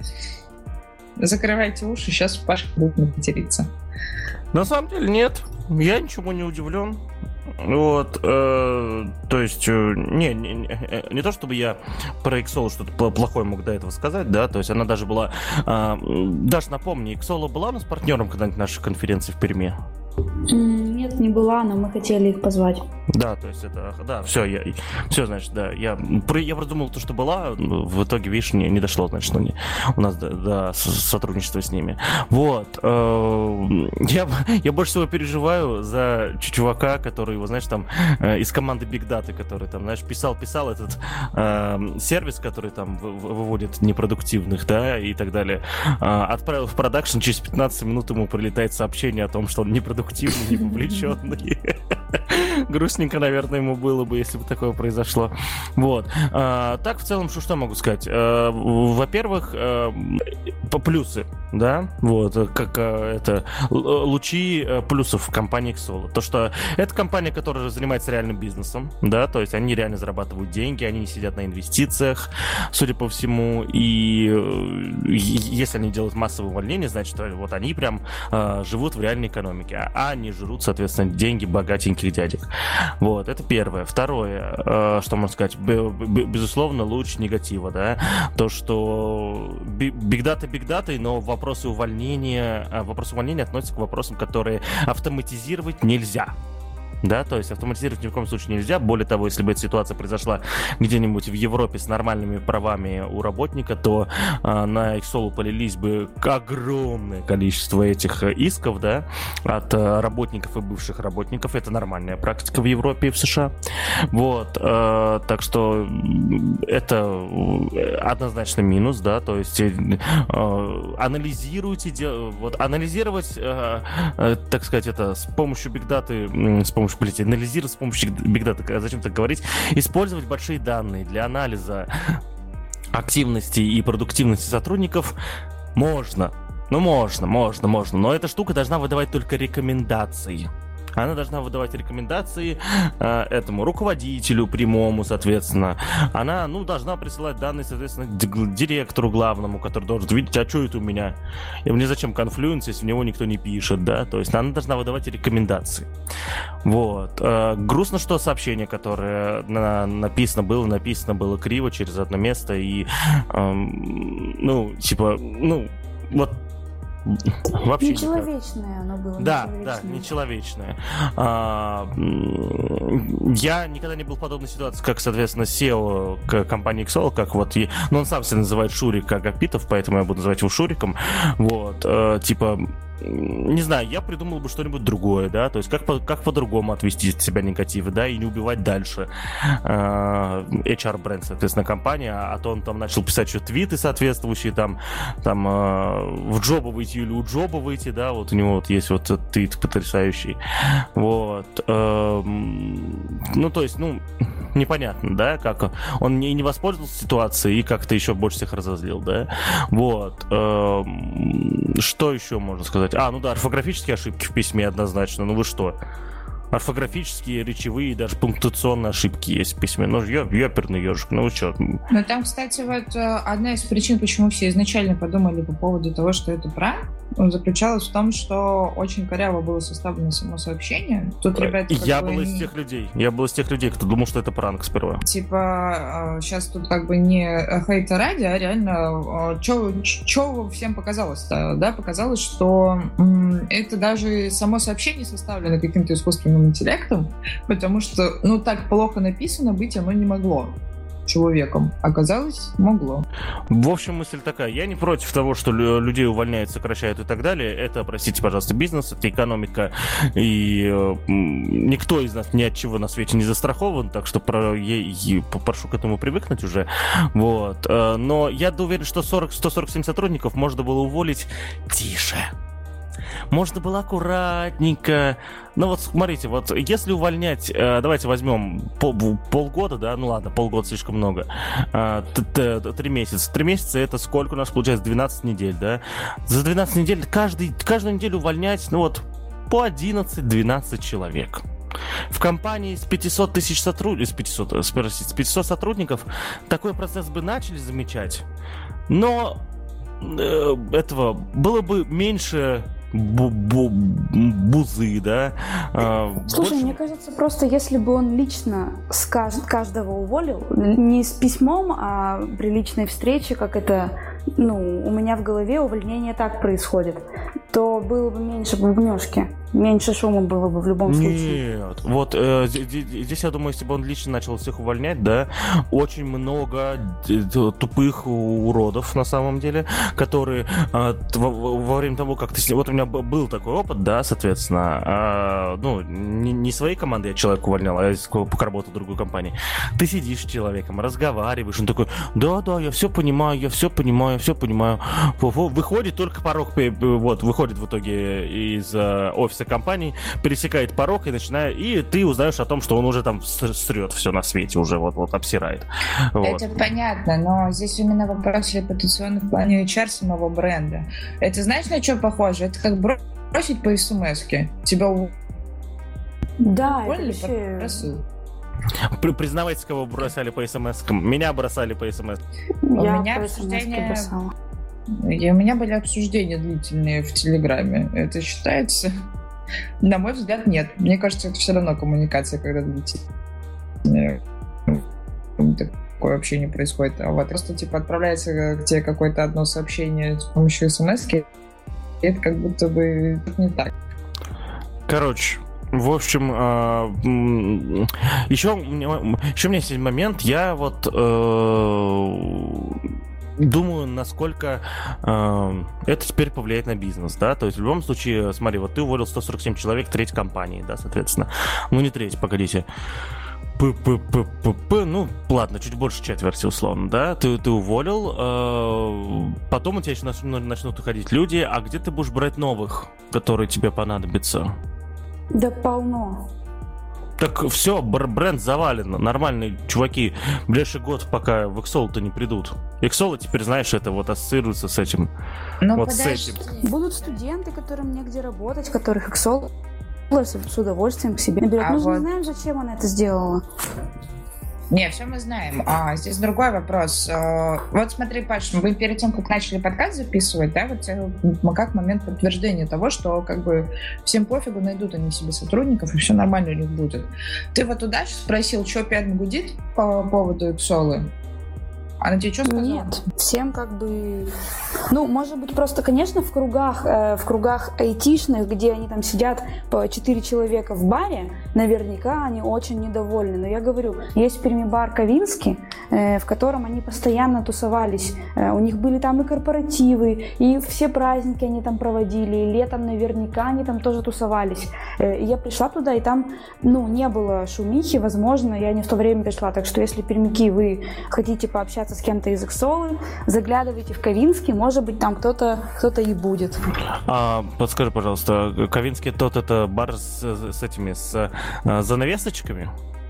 [SPEAKER 2] Закрывайте уши, сейчас Пашка будет материться.
[SPEAKER 3] На самом деле нет, я ничему не удивлен. Вот, э, то есть, э, не, не, не, не то чтобы я про Xolo что-то плохое мог до этого сказать, да, то есть она даже была, э, даже напомни, Xolo была у нас партнером когда-нибудь нашей конференции в Перми?
[SPEAKER 1] Нет, не была, но мы хотели их позвать.
[SPEAKER 3] Да, то есть это, да, все, я, все, значит, да, я, я продумал то, что была, в итоге, видишь, не, не дошло, значит, ну, не, у нас до, до сотрудничества с ними. Вот, э, я, я больше всего переживаю за чувака, который, его, знаешь, там, э, из команды Big Data, который там, знаешь, писал-писал этот э, сервис, который там в, в, выводит непродуктивных, да, и так далее, э, отправил в продакшн, через пятнадцать минут ему прилетает сообщение о том, что он непродуктивный, не вовлеченный. Грустненько, наверное, ему было бы, если бы такое произошло. Вот. А, так, в целом, что, что могу сказать? А, во-первых, а, по плюсы, да, вот, как а, это, лучи плюсов в компании Xolo. То, что это компания, которая занимается реальным бизнесом, да, то есть они реально зарабатывают деньги, они не сидят на инвестициях, судя по всему, и если они делают массовое увольнение, значит, вот они прям а, живут в реальной экономике, а они жрут, соответственно, деньги богатеньких дядек. Вот, это первое. Второе, э, что можно сказать, б- б- безусловно, луч негатива, да, то, что бигдата бигдатой, но вопросы увольнения, вопросы увольнения относятся к вопросам, которые автоматизировать нельзя. Да, то есть автоматизировать ни в коем случае нельзя. Более того, если бы эта ситуация произошла где-нибудь в Европе с нормальными правами у работника, то а, на Xolo полились бы огромное количество этих исков, да, от а, работников и бывших работников. Это нормальная практика в Европе и в США. Вот, а, так что это однозначно минус, да, то есть а, анализируйте, дел... вот анализировать, а, а, так сказать, это с помощью бигдаты, с помощью Блять, анализировать с помощью Big Data, зачем так говорить, использовать большие данные для анализа активности и продуктивности сотрудников можно. Ну, можно, можно, можно. Но эта штука должна выдавать только рекомендации. Она должна выдавать рекомендации э, этому руководителю прямому, соответственно. Она, ну, должна присылать данные, соответственно, директору главному, который должен видеть, а что это у меня? И мне зачем Confluence, если в него никто не пишет, да? То есть она должна выдавать рекомендации. Вот. Э, грустно, что сообщение, которое на, написано было, написано было криво через одно место и, э, ну, типа, ну, вот вообще
[SPEAKER 1] нечеловечное
[SPEAKER 3] никак.
[SPEAKER 1] Оно было.
[SPEAKER 3] Да,
[SPEAKER 1] нечеловечное.
[SPEAKER 3] да, нечеловечное. А, я никогда не был в подобной ситуации, как, соответственно, сео компании Xolo, как вот, и, ну, он сам себя называет Шурик Агапитов, поэтому я буду называть его Шуриком. Вот, а, типа, не знаю, я придумал бы что-нибудь другое, да, то есть как, по, как по-другому отвести от себя негативы, да, и не убивать дальше э, эйч ар-бренд, соответственно, компания, а то он там начал писать что твиты соответствующие, там, там э, в джоба выйти или у джоба выйти, да, вот у него вот есть вот этот твит потрясающий, вот, э, ну, то есть, ну, непонятно, да, как он не, не воспользовался ситуацией и как-то еще больше всех разозлил, да, вот, э, что еще можно сказать? А, ну да, орфографические ошибки в письме однозначно. Ну вы что? Орфографические, речевые, даже пунктуационные ошибки есть в письме. Ну, ё, ёперный ёжик, ну вы что?
[SPEAKER 2] Ну там, кстати, вот одна из причин, почему все изначально подумали по поводу того, что это пранк, заключалась в том, что очень коряво было составлено само сообщение. Тут ребята...
[SPEAKER 3] Я был из тех людей. Я был из тех людей, кто думал, что это пранк сперва.
[SPEAKER 2] Типа, сейчас тут как бы не хейта ради, а реально, что всем показалось-то, да? Показалось, что м- это даже само сообщение составлено каким-то искусственным интеллектом, потому что, ну, так плохо написано быть оно не могло человеком. Оказалось, могло.
[SPEAKER 3] В общем, мысль такая. Я не против того, что людей увольняют, сокращают и так далее. Это, простите, пожалуйста, бизнес, это экономика. И э, никто из нас ни от чего на свете не застрахован, так что про, я, я прошу к этому привыкнуть уже. Вот. Э, но я уверен, что сорок сто сорок семь сотрудников можно было уволить тише. можно было аккуратненько. Ну вот смотрите, вот если увольнять, э, давайте возьмем пол, полгода, да, ну ладно, полгода слишком много, э, три месяца. Три месяца это сколько у нас получается? двенадцать недель, да? За двенадцать недель каждый, каждую неделю увольнять, ну вот, по одиннадцать-двенадцать человек. В компании с пятьсот тысяч сотрудников, с пятисот, с пятисот сотрудников такой процесс бы начали замечать, но э, этого было бы меньше бузы, да.
[SPEAKER 1] Слушай, больше... мне кажется, просто если бы он лично с каждого уволил, не с письмом, а при личной встрече, как это, ну, у меня в голове увольнение так происходит, то было бы меньше бубнёжки, меньше шума было бы в любом случае.
[SPEAKER 3] Нет, вот э, здесь, я думаю, если бы он лично начал всех увольнять, да, очень много тупых уродов, на самом деле, которые э, во, во время того, как ты... Вот у меня был такой опыт, да, соответственно, э, ну, не, не своей команды я человека увольнял, а я пока работал в другой компании. Ты сидишь с человеком, разговариваешь, он такой, да-да, я все понимаю, я все понимаю, все понимаю. Выходит только порог, вот, выходит в итоге из э, офиса компании, пересекает порог и начинает, и ты узнаешь о том, что он уже там срет все на свете, уже вот-вот обсирает. Вот.
[SPEAKER 2] Это понятно, но здесь именно вопрос репутационный в плане эйч ар самого бренда. Это знаешь, на что похоже? Это как бросить по смс-ке. Тебя уволили,
[SPEAKER 1] да, это вообще...
[SPEAKER 2] просил.
[SPEAKER 3] Признавайте, кого бросали по смс-кам. Меня бросали по смс.
[SPEAKER 1] Я
[SPEAKER 2] у меня
[SPEAKER 1] по
[SPEAKER 2] обсуждение...
[SPEAKER 1] бросала.
[SPEAKER 2] И у меня были обсуждения длительные в Телеграме. Это считается? На мой взгляд, нет. Мне кажется, это все равно коммуникация, когда длительная. Такое вообще не происходит. А вот просто типа отправляется к тебе какое-то одно сообщение с помощью смс-ки. Это как будто бы не так.
[SPEAKER 3] Короче, в общем, еще, еще у меня есть момент. Я вот думаю, насколько э, это теперь повлияет на бизнес, да, то есть в любом случае, смотри, вот ты уволил сто сорок семь человек, треть компании, да, соответственно, ну не треть, погодите, П-п-п-п-п, ну ладно, чуть больше четверти условно, да, ты, ты уволил, э, потом у тебя еще начнут, начнут уходить люди, а где ты будешь брать новых, которые тебе понадобятся?
[SPEAKER 1] Да полно.
[SPEAKER 3] Так все, бренд завален. Нормальные чуваки в ближайший год, пока в Xolo-то не придут. Xolo теперь, знаешь, это вот ассоциируется с этим.
[SPEAKER 2] Но
[SPEAKER 3] вот
[SPEAKER 2] подожди.
[SPEAKER 3] с этим.
[SPEAKER 1] Будут студенты, которым негде работать, которых Xolo с удовольствием к себе наберет.
[SPEAKER 2] А
[SPEAKER 1] Мы
[SPEAKER 2] вот...
[SPEAKER 1] же не знаем, зачем она это сделала.
[SPEAKER 2] Не, все мы знаем. А здесь другой вопрос. Вот смотри, Паш, вы перед тем, как начали подкаст записывать, да, вот как момент подтверждения того, что как бы всем пофигу, найдут они себе сотрудников, и все нормально у них будет. Ты вот туда спросил, что опять гудит по поводу Xolo? Она тебе что сказала?
[SPEAKER 1] Нет, всем как бы... Ну, может быть, просто, конечно, в кругах, э, в кругах айтишных, где они там сидят по четыре человека в баре, наверняка они очень недовольны. Но я говорю, есть в Перми бар Ковинский, э, в котором они постоянно тусовались. Э, у них были там и корпоративы, и все праздники они там проводили, и летом наверняка они там тоже тусовались. Э, и я пришла туда, и там, ну, не было шумихи, возможно, я не в то время пришла. Так что, если, пермяки, вы хотите пообщаться с кем-то из Xolo, заглядывайте в Ковинский, может быть, там кто-то, кто-то и будет.
[SPEAKER 3] А, подскажи, пожалуйста, Ковинский тот это бар с, с этими, с а, занавесочками?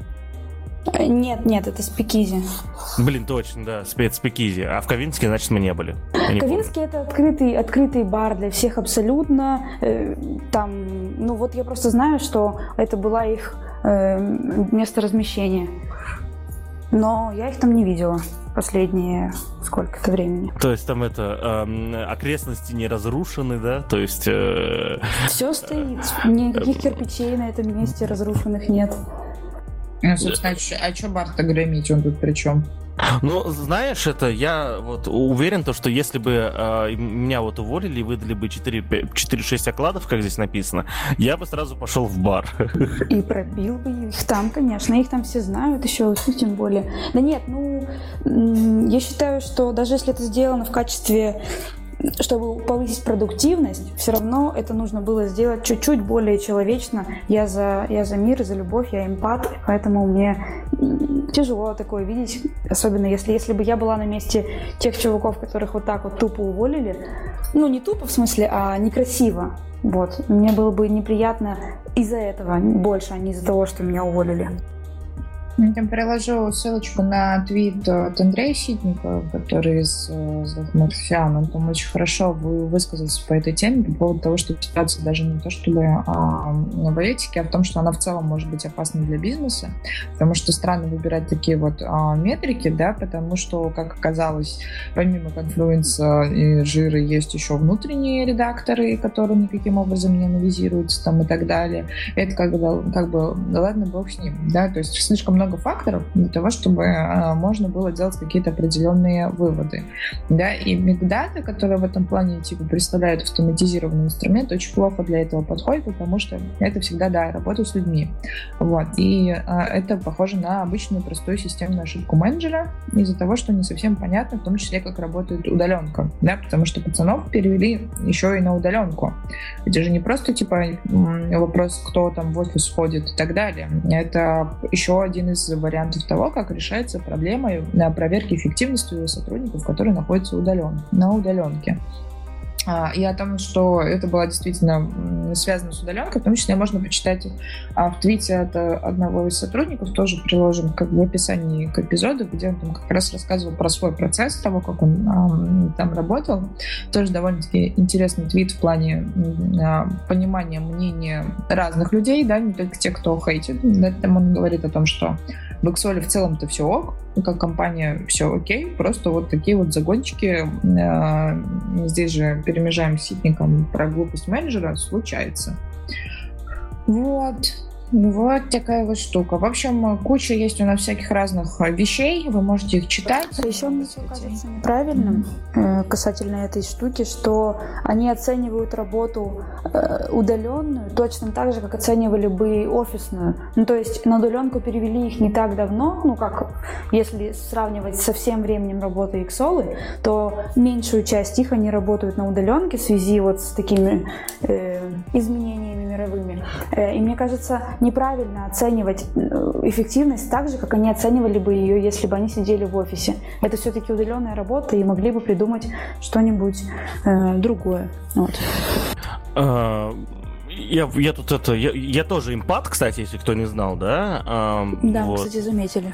[SPEAKER 1] Нет, нет, это Спикизи.
[SPEAKER 3] Блин, точно, да, спецспикизи. А в Ковинске, значит, мы не были.
[SPEAKER 1] Ковинский — это открытый, открытый бар для всех абсолютно. Э, там, ну вот я просто знаю, что это было их э, место размещения. Но я их там не видела последние сколько-то времени.
[SPEAKER 3] То есть там это э, окрестности не разрушены, да? То есть... Э,
[SPEAKER 1] все стоит. Никаких кирпичей на этом месте разрушенных нет.
[SPEAKER 2] Ну, собственно, а что бар-то громить? Он тут при чем?
[SPEAKER 3] Ну, знаешь, это я вот уверен, то, что если бы э, меня вот уволили и выдали бы четыре-шесть окладов, как здесь написано, я бы сразу пошел в бар.
[SPEAKER 1] И пробил бы их там, конечно. Их там все знают еще, тем более. Да нет, ну, я считаю, что даже если это сделано в качестве чтобы повысить продуктивность, все равно это нужно было сделать чуть-чуть более человечно. Я за, я за мир, за любовь, я эмпат, поэтому мне тяжело такое видеть, особенно если, если бы я была на месте тех чуваков, которых вот так вот тупо уволили. Ну, не тупо в смысле, а некрасиво. Вот. Мне было бы неприятно из-за этого больше, а не из-за того, что меня уволили.
[SPEAKER 2] Я там приложу ссылочку на твит от Андрея Ситника, который из Марсиан. Он там очень хорошо высказался по этой теме по поводу того, что ситуация даже не то чтобы а, в этике, а в том, что она в целом может быть опасна для бизнеса, потому что странно выбирать такие вот а, метрики, да, потому что, как оказалось, помимо конфлюенса и жира есть еще внутренние редакторы, которые никаким образом не анализируются там и так далее. Это как бы, как бы ладно, бог с ним, да, то есть слишком много факторов для того, чтобы а, можно было делать какие-то определенные выводы. Да? И бигдата, которая в этом плане типа представляет автоматизированный инструмент, очень плохо для этого подходит, потому что это всегда, да, работа с людьми. Вот. И а, это похоже на обычную простую системную ошибку менеджера из-за того, что не совсем понятно, в том числе, как работает удаленка. Да? Потому что пацанов перевели еще и на удаленку. Это же не просто типа вопрос, кто там в офис ходит и так далее. Это еще один из вариантов того, как решается проблема проверки эффективности сотрудников, которые находятся удален, на удаленке. И о том, что это было действительно связано с удаленкой, в том числе можно почитать в твите от одного из сотрудников, тоже приложим как бы в описании к эпизоду, где он там как раз рассказывал про свой процесс, того, как он а, там работал. Тоже довольно-таки интересный твит в плане а, понимания мнения разных людей, да, не только тех, кто хейтит. Там он говорит о том, что в Иксоле в целом-то все ок, как компания все окей, просто вот такие вот загончики, э, здесь же перемежаем с Ситником про глупость менеджера, случается. Вот. Вот такая вот штука. В общем, куча есть у нас всяких разных вещей, вы можете их читать.
[SPEAKER 1] А еще мне кажется неправильным mm-hmm. касательно этой штуки, что они оценивают работу удаленную точно так же, как оценивали бы офисную. Ну, то есть на удаленку перевели их не так давно, ну, как если сравнивать со всем временем работы Иксолы, то меньшую часть их они работают на удаленке в связи вот с такими э, изменениями мировыми. Э, и мне кажется, неправильно оценивать эффективность так же, как они оценивали бы ее, если бы они сидели в офисе. Это все-таки удаленная работа, и могли бы придумать что-нибудь э, другое. Вот.
[SPEAKER 3] Я, я тут это, я, я тоже эмпат, кстати, если кто не знал, да? А,
[SPEAKER 1] да,
[SPEAKER 3] вот.
[SPEAKER 1] Кстати, заметили.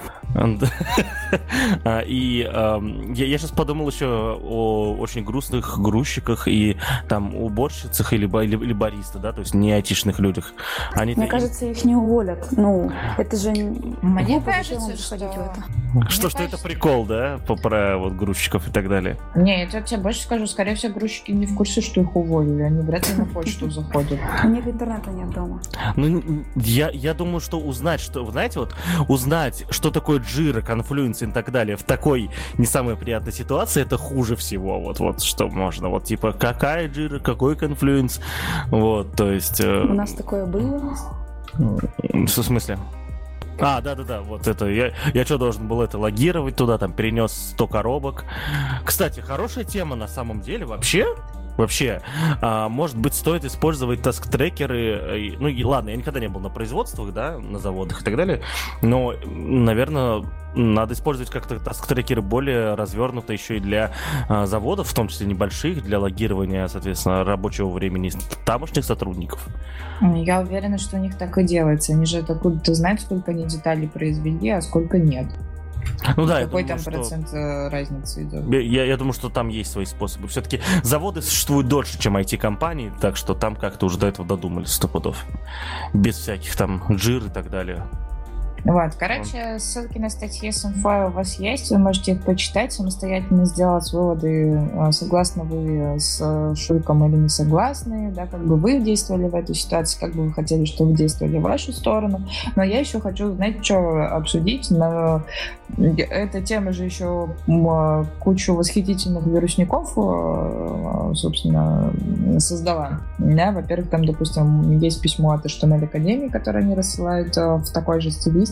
[SPEAKER 3] И я, я сейчас подумал еще о очень грустных грузчиках и там уборщицах или, или, или бариста, да, то есть не айтишных людях. Они
[SPEAKER 1] Мне кажется, их не уволят. Ну, это же...
[SPEAKER 2] Мне кажется, что...
[SPEAKER 3] Что, что это прикол, да, про вот грузчиков и так далее?
[SPEAKER 2] Не, я тебе больше скажу, скорее всего, грузчики не в курсе, что их уволили, они вряд ли на почту заходят.
[SPEAKER 1] У них интернета нет дома.
[SPEAKER 3] Ну, я, я думаю, что узнать, что, знаете, вот узнать, что такое Jira, Confluence и так далее в такой не самой приятной ситуации, это хуже всего. Вот, вот что можно, вот типа, какая Jira, какой Confluence, вот, то есть... Э...
[SPEAKER 1] У нас такое было?
[SPEAKER 3] В смысле? А, да-да-да, вот это, я, я что, должен был это логировать туда, там, перенес сто коробок. Кстати, хорошая тема на самом деле, вообще, вообще, а, может быть, стоит использовать таск-трекеры, ну, и, ладно, я никогда не был на производствах, да, на заводах и так далее, но, наверное, надо использовать как-то таск-трекеры более развернуто еще и для а, заводов, в том числе небольших, для логирования, соответственно, рабочего времени тамошних сотрудников.
[SPEAKER 2] Я уверена, что у них так и делается. Они же откуда-то знают, сколько они деталей произвели, а сколько нет.
[SPEAKER 3] Ну да,
[SPEAKER 2] какой
[SPEAKER 3] я думаю,
[SPEAKER 2] там процент
[SPEAKER 3] что...
[SPEAKER 2] разницы идет?
[SPEAKER 3] Я, я думаю, что там есть свои способы. Все-таки заводы существуют дольше, чем ай ти-компании, так что там как-то уже до этого додумались сто пудов. Без всяких там джир и так далее.
[SPEAKER 2] Вот, короче, ссылки на статьи с инфой у вас есть, вы можете их почитать, самостоятельно сделать выводы, согласны вы с Шуйком или не согласны, да, как бы вы действовали в этой ситуации, как бы вы хотели, чтобы действовали в вашу сторону. Но я еще хочу, знаете, что обсудить. Но эта тема же еще кучу восхитительных вирусников, собственно, создала. Да, во-первых, там, допустим, есть письмо от эйч ти эм эль Академии, которое они рассылают в такой же стилистике,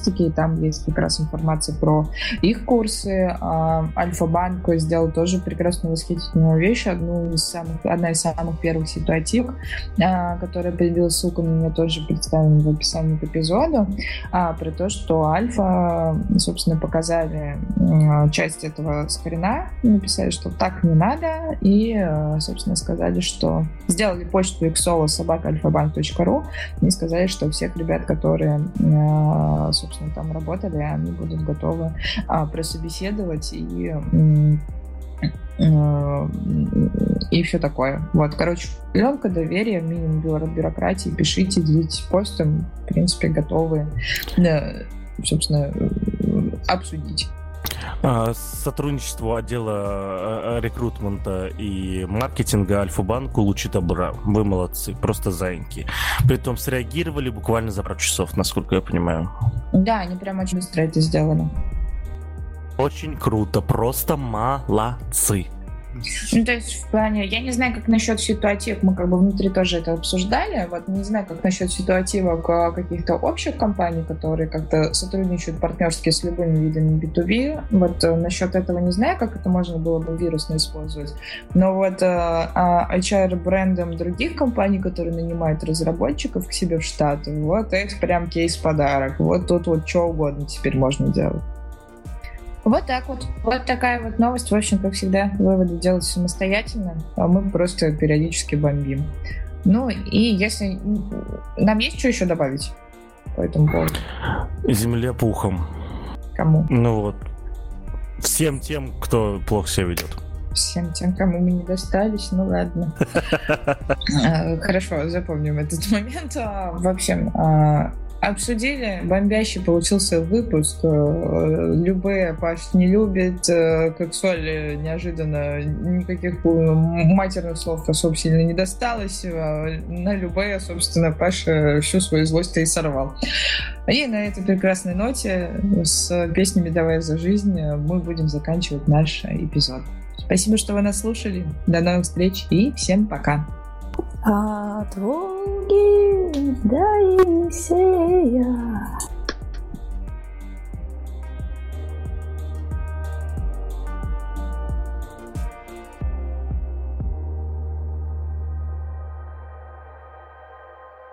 [SPEAKER 2] статистики, и там есть как раз информация про их курсы. Альфа-банк сделал тоже прекрасную восхитительную вещь, одну из самых, одна из самых первых ситуативок, которая появилась, ссылка на нее тоже представлена в описании к эпизоду, про то, что Альфа, собственно, показали часть этого скрина, написали, что так не надо, и, собственно, сказали, что сделали почту иксола собака альфабанк точка ру и сказали, что всех ребят, которые, собственно, там работали, они будут готовы прособеседовать и и все такое. Вот, короче, пленка, доверие, минимум бюрократии, пишите, делитесь постом, в принципе, готовы, собственно, обсудить.
[SPEAKER 3] Сотрудничество отдела рекрутмента и маркетинга Альфа-банку лучит обра. Вы молодцы, просто заиньки. Притом среагировали буквально за пару часов, насколько я понимаю.
[SPEAKER 2] Да, они прям очень быстро это сделали.
[SPEAKER 3] Очень круто, просто молодцы.
[SPEAKER 2] Ну, то есть, в плане, я не знаю, как насчет ситуатив, мы как бы внутри тоже это обсуждали, вот не знаю, как насчет ситуативок каких-то общих компаний, которые как-то сотрудничают партнерски с любыми видами би ту би, вот насчет этого не знаю, как это можно было бы вирусно использовать, но вот эйч ар-брендом других компаний, которые нанимают разработчиков к себе в штат, вот это прям кейс-подарок, вот тут вот что угодно теперь можно делать. Вот так вот. Вот такая вот новость. В общем, как всегда, выводы делать самостоятельно, а мы просто периодически бомбим. Ну, и если... Нам есть что еще добавить по этому поводу?
[SPEAKER 3] Земля пухом.
[SPEAKER 2] Кому?
[SPEAKER 3] Ну вот. Всем тем, кто плохо себя ведет.
[SPEAKER 2] Всем тем, кому мы не достались, ну ладно. Хорошо, запомним этот момент. В общем... Обсудили, бомбящий получился выпуск. Любые Паш не любит, как соль неожиданно, никаких матерных слов особо сильно не досталось. На любые, собственно, Паша всю свою злость и сорвал. И на этой прекрасной ноте с песнями «Давай за жизнь» мы будем заканчивать наш эпизод. Спасибо, что вы нас слушали. До новых встреч и всем пока.
[SPEAKER 1] От Волги до Енисея